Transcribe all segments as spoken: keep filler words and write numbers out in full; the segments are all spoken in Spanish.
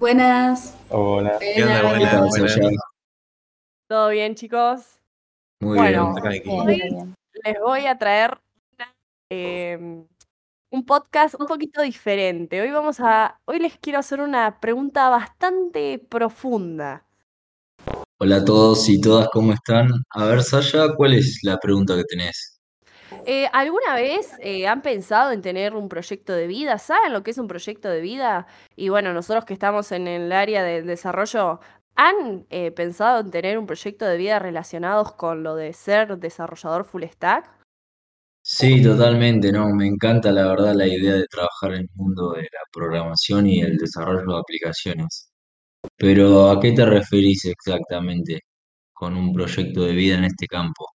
Buenas. Hola, ¿Qué onda? Buenas. ¿Qué tal, Buenas, Sasha? buenas. ¿Todo bien, chicos? Muy bien. Bueno, Acá aquí. Bien, hoy bien. les voy a traer una, eh, un podcast un poquito diferente. Hoy vamos a, hoy les quiero hacer una pregunta bastante profunda. Hola a todos y todas, ¿cómo están? A ver, Sasha, ¿cuál es la pregunta que tenés? Eh, ¿alguna vez eh, han pensado en tener un proyecto de vida? ¿Saben lo que es un proyecto de vida? Y bueno, nosotros que estamos en el área del desarrollo, ¿han eh, pensado en tener un proyecto de vida relacionados con lo de ser desarrollador full stack? Sí, totalmente, no, me encanta la verdad la idea de trabajar en el mundo de la programación y el desarrollo de aplicaciones. Pero ¿a qué te referís exactamente con un proyecto de vida en este campo?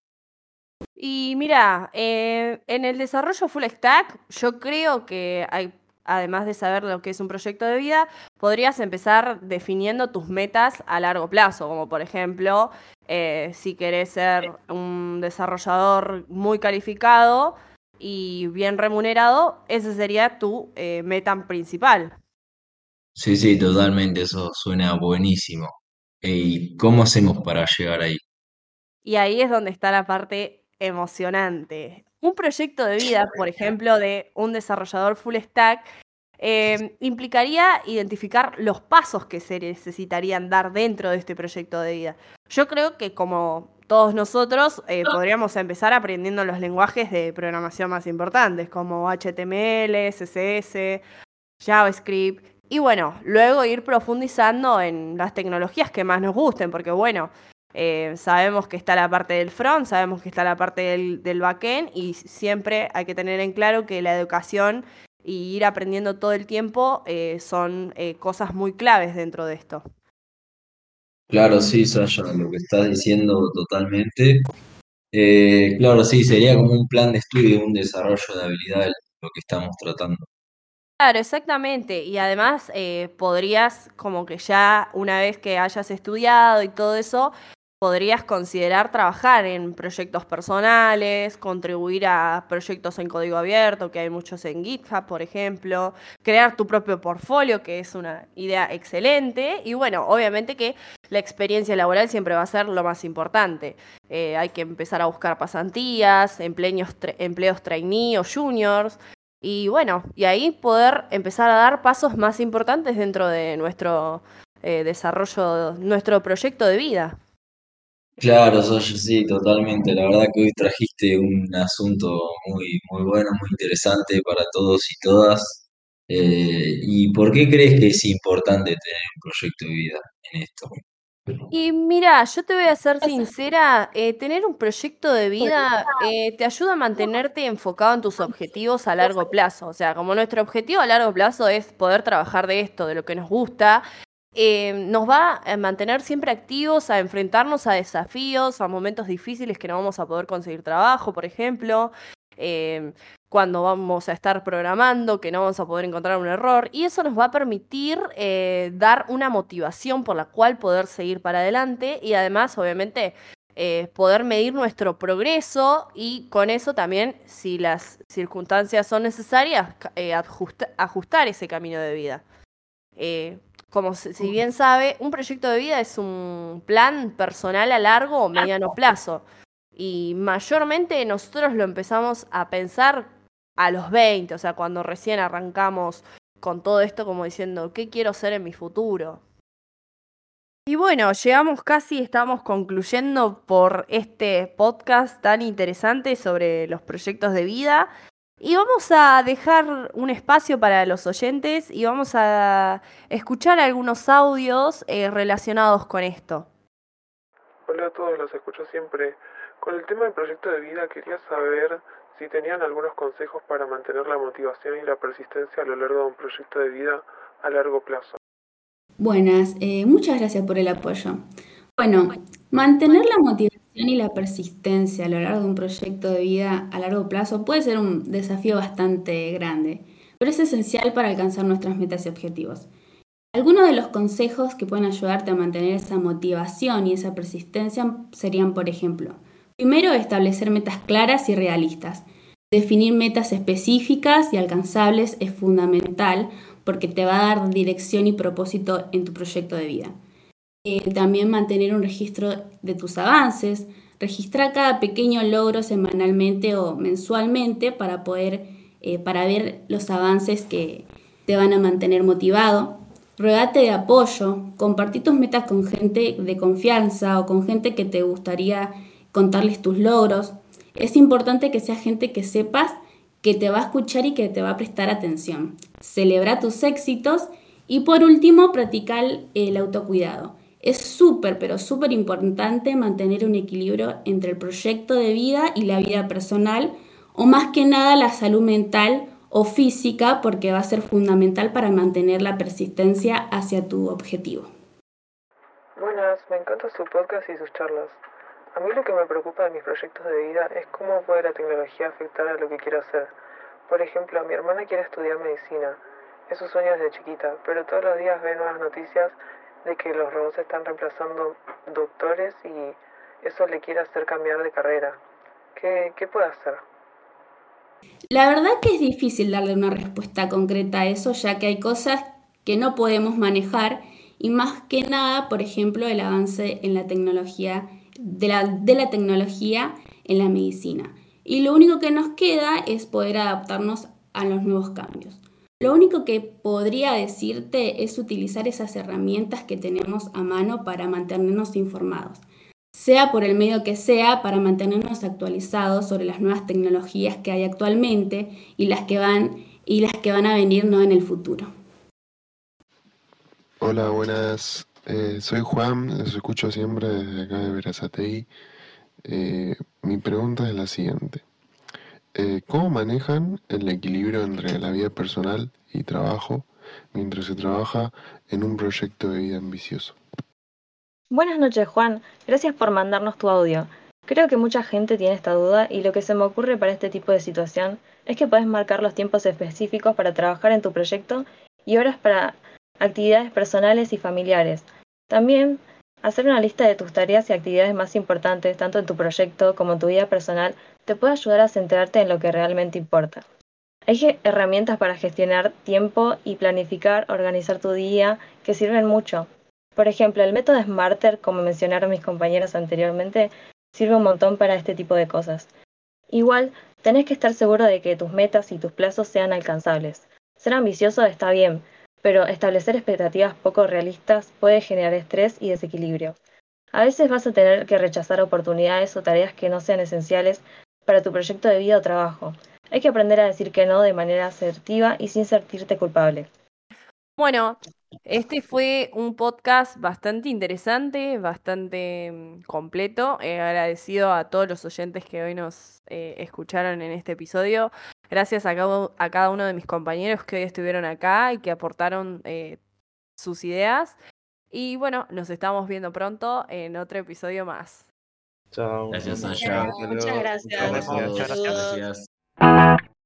Y mira, eh, en el desarrollo full stack, yo creo que hay, además de saber lo que es un proyecto de vida, podrías empezar definiendo tus metas a largo plazo, como por ejemplo, eh, si querés ser un desarrollador muy calificado y bien remunerado, esa sería tu eh, meta principal. Sí, sí, totalmente, eso suena buenísimo. ¿Y cómo hacemos para llegar ahí? Y ahí es donde está la parte emocionante. Un proyecto de vida, por ejemplo, de un desarrollador full stack, eh, implicaría identificar los pasos que se necesitarían dar dentro de este proyecto de vida. Yo creo que como todos nosotros eh, podríamos empezar aprendiendo los lenguajes de programación más importantes, como H T M L, C S S, JavaScript, y bueno, luego ir profundizando en las tecnologías que más nos gusten, porque bueno, eh, sabemos que está la parte del front, sabemos que está la parte del, del backend, y siempre hay que tener en claro que la educación y ir aprendiendo todo el tiempo eh, son eh, cosas muy claves dentro de esto. Claro, sí, Sasha, lo que estás diciendo totalmente. Eh, claro, sí, sería como un plan de estudio, un desarrollo de habilidades, lo que estamos tratando. Claro, exactamente. Y además eh, podrías, como que ya una vez que hayas estudiado y todo eso, podrías considerar trabajar en proyectos personales, contribuir a proyectos en código abierto, que hay muchos en GitHub, por ejemplo, crear tu propio portfolio, que es una idea excelente. Y bueno, obviamente que la experiencia laboral siempre va a ser lo más importante. Eh, hay que empezar a buscar pasantías, empleos, tra- empleos trainee o juniors. Y bueno, y ahí poder empezar a dar pasos más importantes dentro de nuestro eh, desarrollo, nuestro proyecto de vida. Claro, Sasha, sí, totalmente. La verdad que hoy trajiste un asunto muy, muy bueno, muy interesante para todos y todas. Eh, ¿y por qué crees que es importante tener un proyecto de vida en esto? Y mira, yo te voy a ser sincera, eh, tener un proyecto de vida eh, te ayuda a mantenerte enfocado en tus objetivos a largo plazo. O sea, como nuestro objetivo a largo plazo es poder trabajar de esto, de lo que nos gusta, eh, nos va a mantener siempre activos, a enfrentarnos a desafíos, a momentos difíciles que no vamos a poder conseguir trabajo, por ejemplo. eh, Cuando vamos a estar programando, que no vamos a poder encontrar un error, y eso nos va a permitir eh, dar una motivación por la cual poder seguir para adelante y además, obviamente, eh, poder medir nuestro progreso y con eso también, si las circunstancias son necesarias, ca- eh, ajusta- ajustar ese camino de vida. Eh, Como si si bien sabe, un proyecto de vida es un plan personal a largo o mediano plazo. Y mayormente nosotros lo empezamos a pensar a los veinte, o sea, cuando recién arrancamos con todo esto como diciendo, ¿qué quiero ser en mi futuro? Y bueno, llegamos casi, estamos concluyendo por este podcast tan interesante sobre los proyectos de vida. Y vamos a dejar un espacio para los oyentes y vamos a escuchar algunos audios eh, relacionados con esto. Hola a todos, los escucho siempre. Con el tema del proyecto de vida quería saber si tenían algunos consejos para mantener la motivación y la persistencia a lo largo de un proyecto de vida a largo plazo. Buenas, eh, muchas gracias por el apoyo. Bueno, mantener la motivación y la persistencia a lo largo de un proyecto de vida a largo plazo puede ser un desafío bastante grande, pero es esencial para alcanzar nuestras metas y objetivos. Algunos de los consejos que pueden ayudarte a mantener esa motivación y esa persistencia serían, por ejemplo, primero, establecer metas claras y realistas. Definir metas específicas y alcanzables es fundamental porque te va a dar dirección y propósito en tu proyecto de vida. Eh, también mantener un registro de tus avances, registrar cada pequeño logro semanalmente o mensualmente para poder, eh, para ver los avances que te van a mantener motivado. Rodate de apoyo, compartí tus metas con gente de confianza o con gente que te gustaría contarles tus logros. Es importante que sea gente que sepas que te va a escuchar y que te va a prestar atención. Celebra tus éxitos y por último, practicar el autocuidado. Es súper, pero súper importante mantener un equilibrio entre el proyecto de vida y la vida personal, o más que nada la salud mental o física, porque va a ser fundamental para mantener la persistencia hacia tu objetivo. Buenas, me encanta su podcast y sus charlas. A mí lo que me preocupa de mis proyectos de vida es cómo puede la tecnología afectar a lo que quiero hacer. Por ejemplo, mi hermana quiere estudiar medicina. Es su sueño desde chiquita, pero todos los días ve nuevas noticias de que los robots están reemplazando doctores y eso le quiere hacer cambiar de carrera. ¿Qué, qué puede hacer? La verdad que es difícil darle una respuesta concreta a eso, ya que hay cosas que no podemos manejar y más que nada, por ejemplo, el avance en la tecnología, de la, de la tecnología en la medicina. Y lo único que nos queda es poder adaptarnos a los nuevos cambios. Lo único que podría decirte es utilizar esas herramientas que tenemos a mano para mantenernos informados, sea por el medio que sea, para mantenernos actualizados sobre las nuevas tecnologías que hay actualmente y las que van, y las que van a venir, ¿no?, en el futuro. Hola, buenas. Eh, soy Juan, los escucho siempre desde acá de Berazategui. Eh, mi pregunta es la siguiente. Eh, ¿cómo manejan el equilibrio entre la vida personal y trabajo mientras se trabaja en un proyecto de vida ambicioso? Buenas noches, Juan. Gracias por mandarnos tu audio. Creo que mucha gente tiene esta duda y lo que se me ocurre para este tipo de situación es que puedes marcar los tiempos específicos para trabajar en tu proyecto y horas para actividades personales y familiares. También, hacer una lista de tus tareas y actividades más importantes, tanto en tu proyecto como en tu vida personal, te puede ayudar a centrarte en lo que realmente importa. Hay herramientas para gestionar tiempo y planificar, organizar tu día que sirven mucho. Por ejemplo, el método SMARTER, como mencionaron mis compañeros anteriormente, sirve un montón para este tipo de cosas. Igual, tenés que estar seguro de que tus metas y tus plazos sean alcanzables. Ser ambicioso está bien, pero establecer expectativas poco realistas puede generar estrés y desequilibrio. A veces vas a tener que rechazar oportunidades o tareas que no sean esenciales para tu proyecto de vida o trabajo. Hay que aprender a decir que no de manera asertiva y sin sentirte culpable. Bueno, este fue un podcast bastante interesante, bastante mm, completo. Eh, agradecido a todos los oyentes que hoy nos eh, escucharon en este episodio. Gracias a cada, a cada uno de mis compañeros que hoy estuvieron acá y que aportaron eh, sus ideas. Y bueno, nos estamos viendo pronto en otro episodio más. Chao. Gracias, Nos Sasha. vemos. Muchas gracias. Muchas gracias. Gracias. Saludos. Gracias.